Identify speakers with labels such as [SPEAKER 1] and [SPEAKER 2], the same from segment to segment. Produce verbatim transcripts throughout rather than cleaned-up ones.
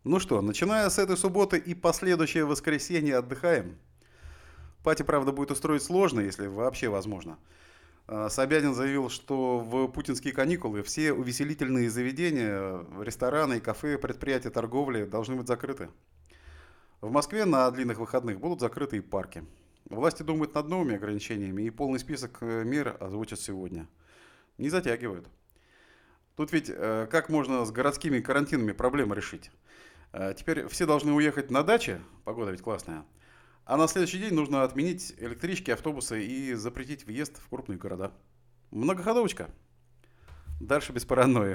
[SPEAKER 1] Ну что, начиная с этой субботы и последующее воскресенье отдыхаем. Пати, правда, будет устроить сложно, если вообще возможно. А, Собянин заявил, что в путинские каникулы все увеселительные заведения, рестораны и кафе, предприятия торговли должны быть закрыты. В Москве на длинных выходных будут закрыты и парки. Власти думают над новыми ограничениями и полный список э, мер озвучат сегодня. Не затягивают. Тут ведь э, как можно с городскими карантинами проблемы решить? Э, Теперь все должны уехать на дачи, погода ведь классная, а на следующий день нужно отменить электрички, автобусы и запретить въезд в крупные города. Многоходовочка. Дальше без паранойи.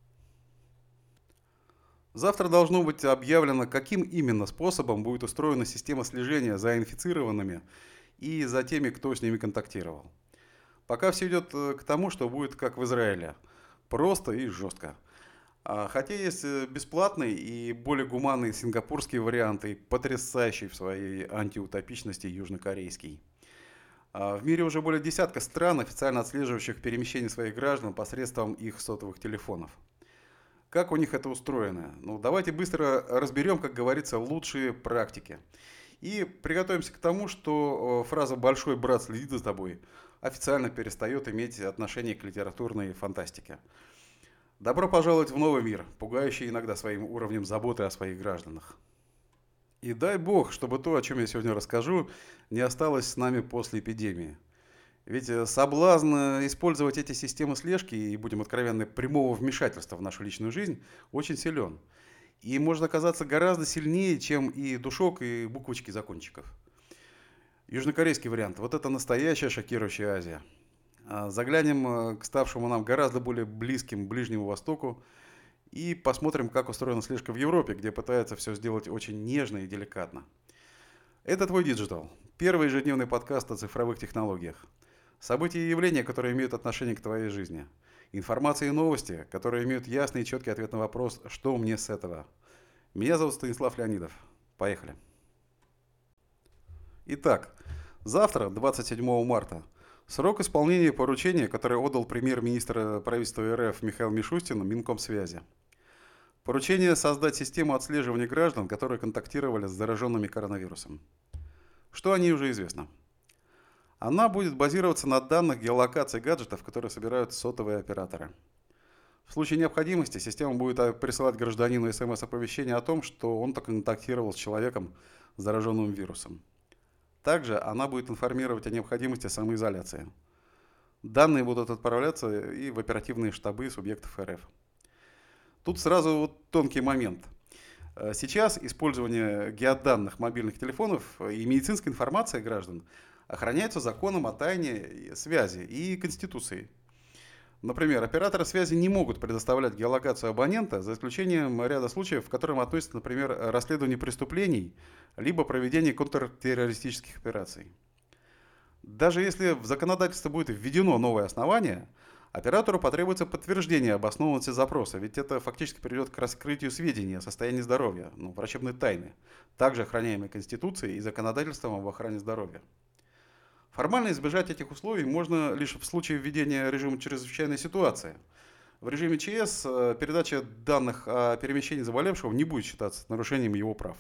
[SPEAKER 1] Завтра должно быть объявлено, каким именно способом будет устроена система слежения за инфицированными и за теми, кто с ними контактировал. Пока все идет э, к тому, что будет как в Израиле. Просто и жестко. А, Хотя есть э, бесплатный и более гуманный сингапурский вариант и потрясающий в своей антиутопичности южнокорейский. А, В мире уже более десятка стран, официально отслеживающих перемещение своих граждан посредством их сотовых телефонов. Как у них это устроено? Ну, давайте быстро разберем, как говорится, лучшие практики. И приготовимся к тому, что э, фраза «большой брат следит за тобой» официально перестает иметь отношение к литературной фантастике. Добро пожаловать в новый мир, пугающий иногда своим уровнем заботы о своих гражданах. И дай бог, чтобы то, о чем я сегодня расскажу, не осталось с нами после эпидемии. Ведь э, соблазн э, использовать эти системы слежки и, будем откровенны, прямого вмешательства в нашу личную жизнь очень силен. И может оказаться гораздо сильнее, чем и душок, и буквочки закончиков. Южнокорейский вариант. Вот это настоящая шокирующая Азия. А, Заглянем э, к ставшему нам гораздо более близким Ближнему Востоку и посмотрим, как устроена слежка в Европе, где пытаются все сделать очень нежно и деликатно. Это твой Digital. Первый ежедневный подкаст о цифровых технологиях. События и явления, которые имеют отношение к твоей жизни. Информация и новости, которые имеют ясный и четкий ответ на вопрос, что мне с этого. Меня зовут Станислав Леонидов. Поехали. Итак, завтра, двадцать седьмого марта, срок исполнения поручения, которое отдал премьер-министр правительства РФ Михаил Мишустин Минкомсвязи. Поручение создать систему отслеживания граждан, которые контактировали с зараженными коронавирусом. Что о ней уже известно? Она будет базироваться на данных геолокации гаджетов, которые собирают сотовые операторы. В случае необходимости система будет а, присылать гражданину смс-оповещение о том, что он контактировал с человеком, зараженным вирусом. Также она будет информировать о необходимости самоизоляции. Данные будут отправляться и в оперативные штабы субъектов РФ. Тут сразу вот тонкий момент. Э, Сейчас использование геоданных мобильных телефонов и медицинской информации граждан охраняется законом о тайне связи и Конституцией. Например, операторы связи не могут предоставлять геолокацию абонента, за исключением ряда случаев, к которым относятся, например, расследование преступлений, либо проведение контртеррористических операций. Даже если в законодательство будет введено новое основание, оператору потребуется подтверждение обоснованности запроса, ведь это фактически приведет к раскрытию сведений о состоянии здоровья, ну, врачебной тайны, также охраняемой Конституцией и законодательством об охране здоровья. Формально избежать этих условий можно лишь в случае введения режима чрезвычайной ситуации. В режиме ЧС э, передача данных о перемещении заболевшего не будет считаться нарушением его прав.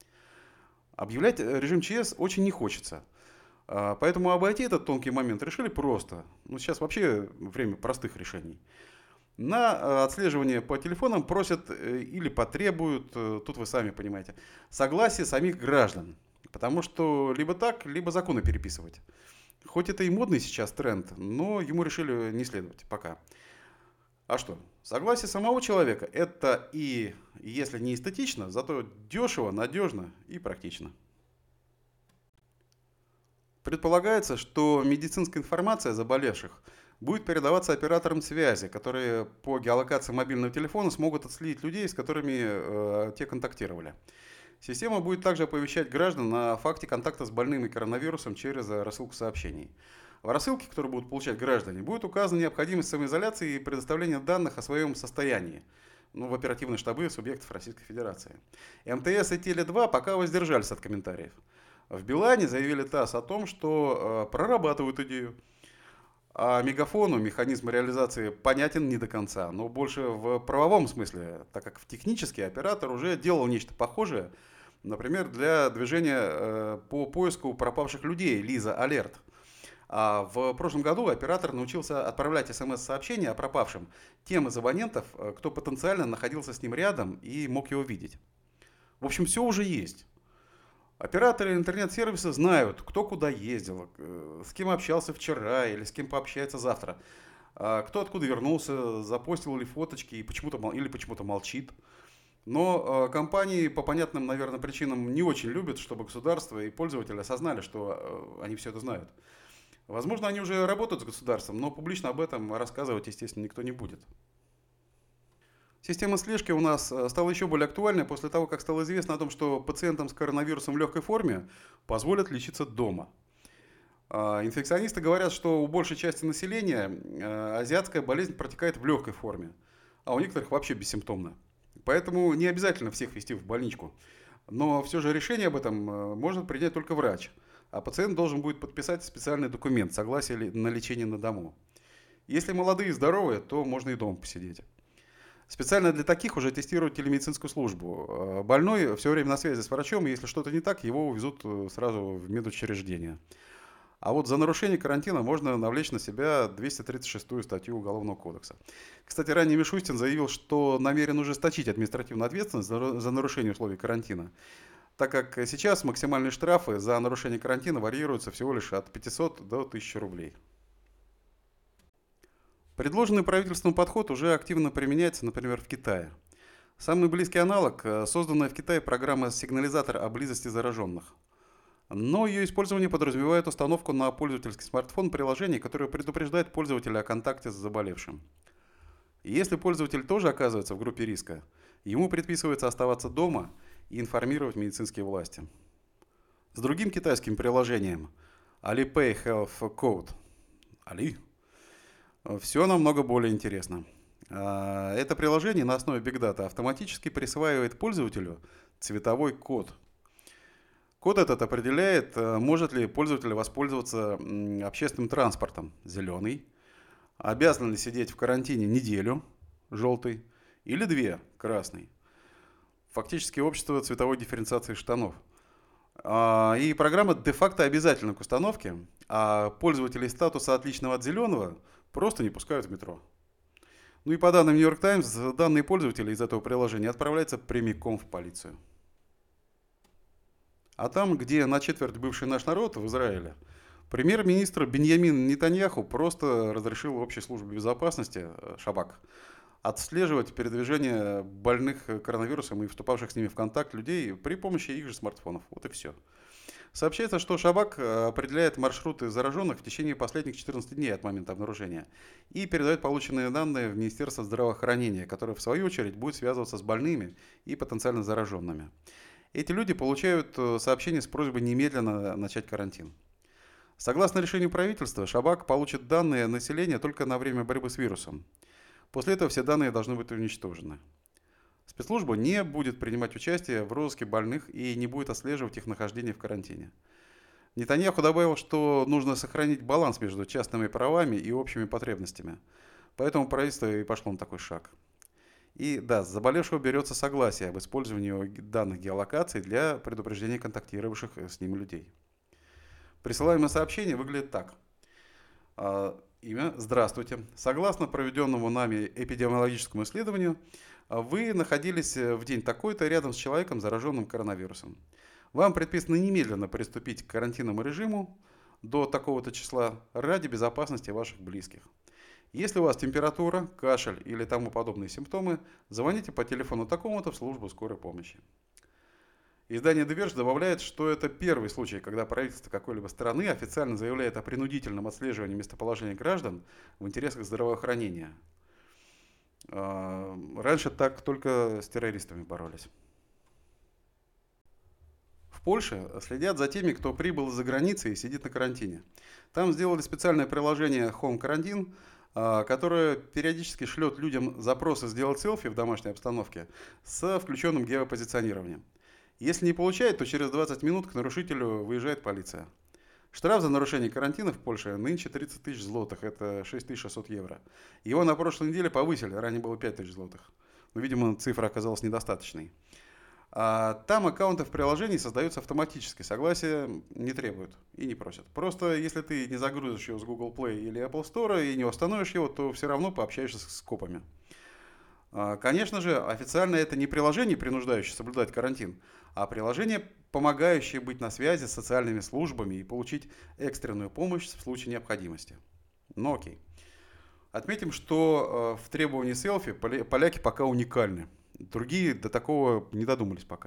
[SPEAKER 1] Объявлять э, режим ЧС очень не хочется. А, Поэтому обойти этот тонкий момент решили просто. Ну, сейчас вообще время простых решений. На э, отслеживание по телефонам просят э, или потребуют, э, тут вы сами понимаете, согласие самих граждан. Потому что либо так, либо законы переписывать. Хоть это и модный сейчас тренд, но ему решили не следовать пока. А что? Согласие самого человека – это и, если не эстетично, зато дешево, надежно и практично. Предполагается, что медицинская информация о заболевших будет передаваться операторам связи, которые по геолокации мобильного телефона смогут отследить людей, с которыми э, те контактировали. Система будет также оповещать граждан о факте контакта с больным и коронавирусом через э, рассылку сообщений. В рассылке, которую будут получать граждане, будет указана необходимость самоизоляции и предоставления данных о своем состоянии, ну, в оперативные штабы субъектов Российской Федерации. МТС и Теле два пока воздержались от комментариев. В Билайне заявили ТАСС о том, что э, прорабатывают идею. А мегафону механизм реализации понятен не до конца, но больше в правовом смысле, так как в технически оператор уже делал нечто похожее, например, для движения э, по поиску пропавших людей Лиза Алерт. А в прошлом году оператор научился отправлять смс-сообщения о пропавшем тем из абонентов, э, кто потенциально находился с ним рядом и мог его видеть. В общем, все уже есть. Операторы интернет-сервиса знают, кто куда ездил, э, с кем общался вчера или с кем пообщается завтра, а кто откуда вернулся, запостил ли фоточки и почему-то, мол- или почему-то молчит. Но э, компании по понятным, наверное, причинам не очень любят, чтобы государство и пользователи осознали, что э, они все это знают. Возможно, они уже работают с государством, но публично об этом рассказывать, естественно, никто не будет. Система слежки у нас э, стала еще более актуальной после того, как стало известно о том, что пациентам с коронавирусом в легкой форме позволят лечиться дома. А, Инфекционисты говорят, что у большей части населения э, азиатская болезнь протекает в легкой форме, а у некоторых вообще бессимптомно. Поэтому не обязательно всех везти в больничку. Но все же решение об этом э, может принять только врач, а пациент должен будет подписать специальный документ, согласие ли- на лечение на дому. Если молодые и здоровые, то можно и дома посидеть. Специально для таких уже тестируют телемедицинскую службу. Э, Больной все время на связи с врачом, и если что-то не так, его увезут э, сразу в медучреждение. А вот за нарушение карантина можно навлечь на себя двести тридцать шестую статью Уголовного кодекса. Кстати, ранее Мишустин заявил, что намерен ужесточить административную ответственность за за нарушение условий карантина, так как сейчас максимальные штрафы за нарушение карантина варьируются всего лишь от пятисот до тысячи рублей. Предложенный правительством подход уже активно применяется, например, в Китае. Самый близкий аналог – э, созданная в Китае программа «Сигнализатор о близости зараженных». Но ее использование подразумевает установку на пользовательский смартфон приложений, которое предупреждает пользователя о контакте с заболевшим. Если пользователь тоже оказывается в группе риска, ему предписывается оставаться дома и информировать медицинские власти. С другим китайским приложением Alipay Health Code Али все намного более интересно. А, Это приложение на основе Big Data автоматически присваивает пользователю цветовой код. Код этот определяет, э, может ли пользователь воспользоваться м, общественным транспортом, зеленый, обязан ли сидеть в карантине неделю, желтый, или две, красный. Фактически общество цветовой дифференциации штанов. А, И программа де-факто обязательна к установке, а пользователей статуса отличного от зеленого просто не пускают в метро. Ну и по данным Нью-Йорк Таймс, данные пользователей из этого приложения отправляются прямиком в полицию. А там, где на четверть бывший наш народ, в Израиле, премьер-министр Беньямин Нетаньяху просто разрешил общей службе безопасности, э, Шабак, отслеживать передвижение больных коронавирусом и вступавших с ними в контакт людей при помощи их же смартфонов. Вот и все. Сообщается, что Шабак э, определяет маршруты зараженных в течение последних четырнадцати дней от момента обнаружения и передает полученные данные в Министерство здравоохранения, которое в свою очередь будет связываться с больными и потенциально зараженными. Эти люди получают э, сообщение с просьбой немедленно начать карантин. Согласно решению правительства, Шабак получит данные населения только на время борьбы с вирусом. После этого все данные должны быть уничтожены. Спецслужба не будет принимать участие в розыске больных и не будет отслеживать их нахождение в карантине. Нетаньяху добавил, что нужно сохранить баланс между частными правами и общими потребностями. Поэтому правительство и пошло на такой шаг. И да, с заболевшего берется согласие об использовании данных геолокаций для предупреждения контактировавших с ним людей. Присылаемое сообщение выглядит так. А, Имя. Здравствуйте. Согласно проведенному нами эпидемиологическому исследованию, а, вы находились э, в день такой-то рядом с человеком, зараженным коронавирусом. Вам предписано немедленно приступить к карантинному режиму до такого-то числа ради безопасности ваших близких. Если у вас температура, кашель или тому подобные симптомы, звоните по телефону такому-то в службу скорой помощи. Издание The Verge добавляет, что это первый случай, когда правительство какой-либо страны официально заявляет о принудительном отслеживании местоположения граждан в интересах здравоохранения. А, Раньше так только с террористами боролись. В Польше следят за теми, кто прибыл из-за границы и сидит на карантине. Там сделали специальное приложение Home Quarantine, а, которое периодически шлет людям запросы сделать селфи в домашней обстановке с включенным геопозиционированием. Если не получает, то через двадцать минут к нарушителю выезжает полиция. Штраф за нарушение карантина в Польше нынче тридцать тысяч злотых, это шесть тысяч шестьсот евро. Его на прошлой неделе повысили, ранее было пять тысяч злотых. Но, видимо, цифра оказалась недостаточной. А там аккаунты в приложении создаются автоматически, согласия не требуют и не просят. Просто если ты не загрузишь его с Google Play или Apple Store и не установишь его, то все равно пообщаешься с копами. А, Конечно же, официально это не приложение, принуждающее соблюдать карантин, а приложение, помогающее быть на связи с социальными службами и получить экстренную помощь в случае необходимости. Ну окей. Отметим, что э, в требовании селфи поля- поляки пока уникальны. Другие до такого не додумались пока.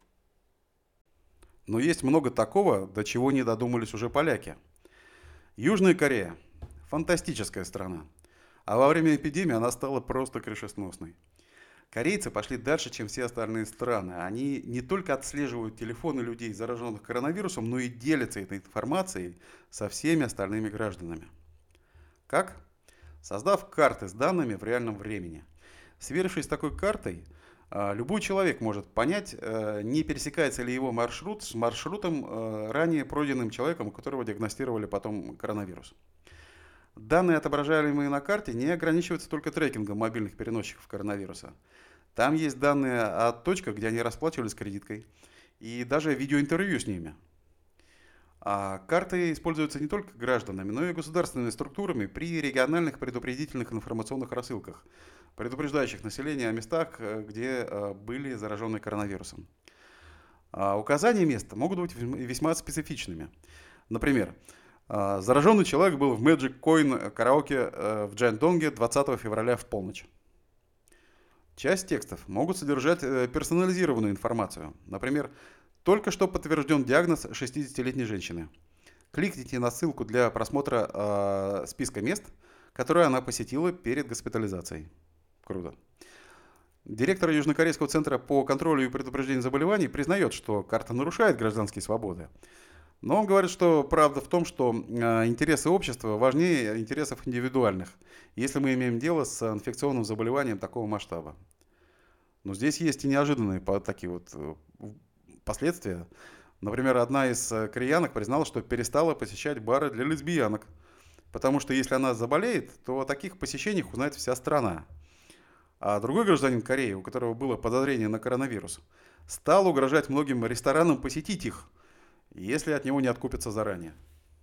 [SPEAKER 1] Но есть много такого, до чего не додумались уже поляки. Южная Корея – фантастическая страна. А во время эпидемии она стала просто крышесносной. Корейцы пошли дальше, чем все остальные страны. Они не только отслеживают телефоны людей, зараженных коронавирусом, но и делятся этой информацией со всеми остальными гражданами. Как? Создав карты с данными в реальном времени. Сверившись с такой картой, а, любой человек может понять, э, не пересекается ли его маршрут с маршрутом, э, ранее пройденным человеком, у которого диагностировали потом коронавирус. Данные, отображаемые на карте, не ограничиваются только трекингом мобильных переносчиков коронавируса. Там есть данные о точках, где они расплачивались кредиткой, и даже видеоинтервью с ними. А карты используются не только гражданами, но и государственными структурами при региональных предупредительных информационных рассылках, предупреждающих население о местах, э, где э, были заражены коронавирусом. А указания места могут быть весьма специфичными. Например, а, зараженный человек был в Magic Coin караоке э, в Джандонге двадцатого февраля в полночь. Часть текстов могут содержать э, персонализированную информацию. Например, только что подтвержден диагноз шестидесятилетней женщины. Кликните на ссылку для просмотра э, списка мест, которые она посетила перед госпитализацией. Круто. Директор Южнокорейского центра по контролю и предупреждению заболеваний признает, что карта нарушает гражданские свободы. Но он говорит, что правда в том, что э, интересы общества важнее интересов индивидуальных, если мы имеем дело с инфекционным заболеванием такого масштаба. Но здесь есть и неожиданные по- такие вот э, последствия. Например, одна из э, кореянок призналась, что перестала посещать бары для лесбиянок, потому что если она заболеет, то о таких посещениях узнает вся страна. А другой гражданин Кореи, у которого было подозрение на коронавирус, стал угрожать многим ресторанам посетить их, если от него не откупятся заранее.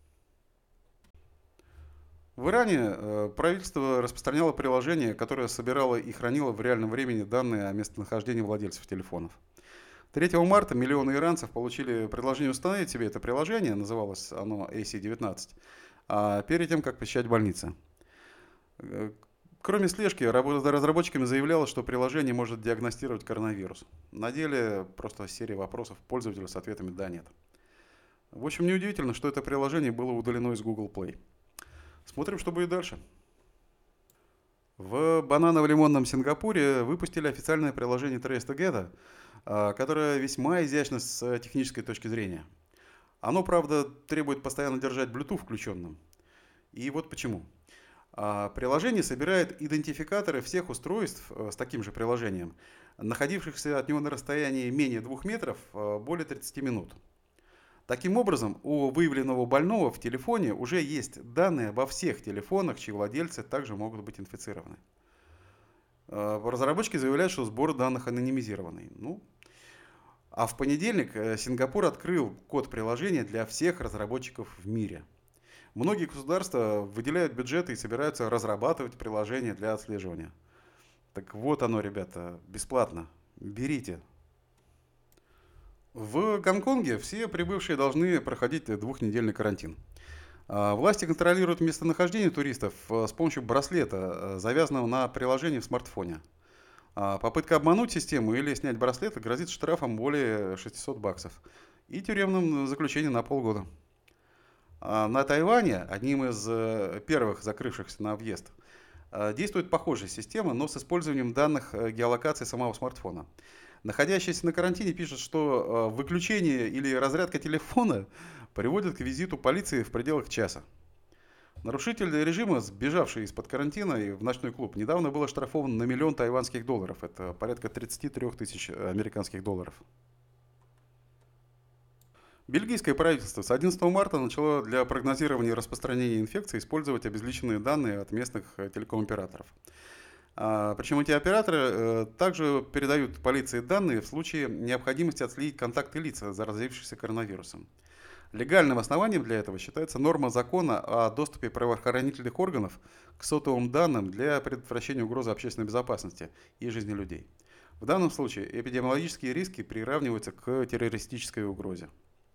[SPEAKER 1] В Иране э, правительство распространяло приложение, которое собирало и хранило в реальном времени данные о местонахождении владельцев телефонов. третьего марта миллионы иранцев получили предложение установить себе это приложение, называлось оно эй си девятнадцать, а перед тем, как посещать больницы. Э, Кроме слежки, рабо- разработчиками заявлялось, что приложение может диагностировать коронавирус. На деле просто серия вопросов пользователя с ответами «да», «нет». В общем, неудивительно, что это приложение было удалено из Google Play. Смотрим, что будет дальше. В бананово-лимонном Сингапуре выпустили официальное приложение Trace Together, а, которое весьма изящно с технической точки зрения. Оно, правда, требует постоянно держать Bluetooth включенным. И вот почему. А, Приложение собирает идентификаторы всех устройств э, с таким же приложением, находившихся от него на расстоянии менее двух метров э, более тридцати минут. Таким образом, у выявленного больного в телефоне уже есть данные обо всех телефонах, чьи владельцы также могут быть инфицированы. Э, Разработчики заявляют, что сбор данных анонимизированный. Ну, а в понедельник э, Сингапур открыл код приложения для всех разработчиков в мире. Многие государства выделяют бюджеты и собираются разрабатывать приложения для отслеживания. Так вот оно, ребята, бесплатно. Берите. В Гонконге все прибывшие должны проходить двухнедельный карантин. А, Власти контролируют местонахождение туристов э, с помощью браслета, э, завязанного на приложении в смартфоне. А Попытка обмануть систему или снять браслет грозит штрафом более шестисот баксов и тюремным заключением на полгода. А На Тайване, одним из э, первых закрывшихся на въезд, э, действует похожая система, но с использованием данных э, геолокации самого смартфона. Находящиеся на карантине пишут, что э, выключение или разрядка телефона приводит к визиту полиции в пределах часа. Нарушитель режима, сбежавший из-под карантина и в ночной клуб, недавно был оштрафован на миллион тайваньских долларов. Это порядка тридцать три тысячи американских долларов. Бельгийское правительство с одиннадцатого марта начало для прогнозирования распространения инфекции использовать обезличенные данные от местных э, телеком-операторов. А, Причем эти операторы э, также передают полиции данные в случае необходимости отследить контакты лиц, заразившихся коронавирусом. Легальным основанием для этого считается норма закона о доступе правоохранительных органов к сотовым данным для предотвращения угрозы общественной безопасности и жизни людей. В данном случае эпидемиологические риски приравниваются к террористической угрозе.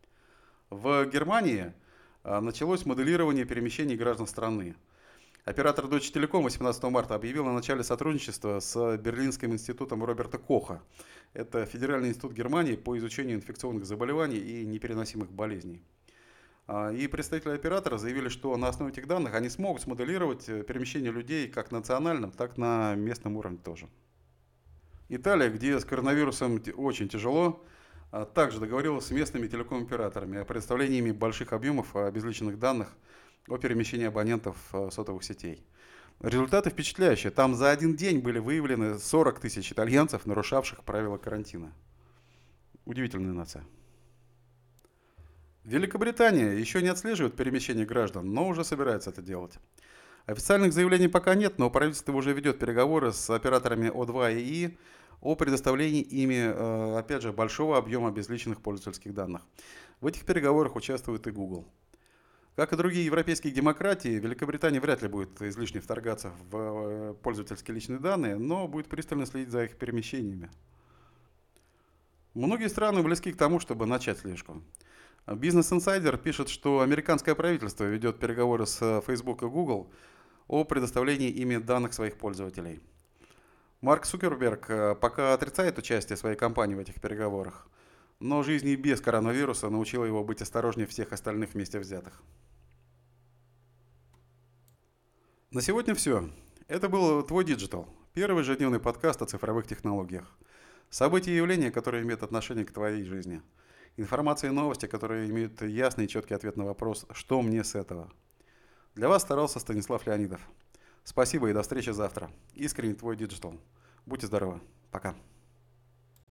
[SPEAKER 1] В Германии а, началось моделирование перемещений граждан страны. Оператор Deutsche Telekom восемнадцатого марта объявил о начале сотрудничества с Берлинским институтом Роберта Коха. Это Федеральный институт Германии по изучению инфекционных заболеваний и непереносимых болезней. А, И представители оператора заявили, что на основе этих данных они смогут смоделировать э, перемещение людей как на национальном, так и на местном уровне тоже. Италия, где с коронавирусом т- очень тяжело, а, также договорилась с местными телеком-операторами о предоставлении ими больших объемов обезличенных данных о перемещении абонентов а, сотовых сетей. Результаты впечатляющие. Там за один день были выявлены сорок тысяч итальянцев, нарушавших правила карантина. Удивительная нация. Великобритания еще не отслеживает перемещение граждан, но уже собирается это делать. Официальных заявлений пока нет, но правительство уже ведет переговоры с операторами О два и И о предоставлении ими, э, опять же, большого объема обезличенных пользовательских данных. В этих переговорах участвует и Google. Как и другие европейские демократии, Великобритания вряд ли будет излишне вторгаться в э, пользовательские личные данные, но будет пристально следить за их перемещениями. Многие страны близки к тому, чтобы начать слежку. Business Insider пишет, что американское правительство ведет переговоры с Facebook и Google о предоставлении ими данных своих пользователей. Марк Цукерберг э, пока отрицает участие своей компании в этих переговорах, но жизнь и без коронавируса научила его быть осторожнее всех остальных вместе взятых. На сегодня все. Это был твой Digital, первый ежедневный подкаст о цифровых технологиях. События и явления, которые имеют отношение к твоей жизни. Информация и новости, которые имеют ясный и четкий ответ на вопрос «Что мне с этого?». Для вас старался Станислав Леонидов. Спасибо и до встречи завтра. Искренне твой Digital. Будьте здоровы. Пока.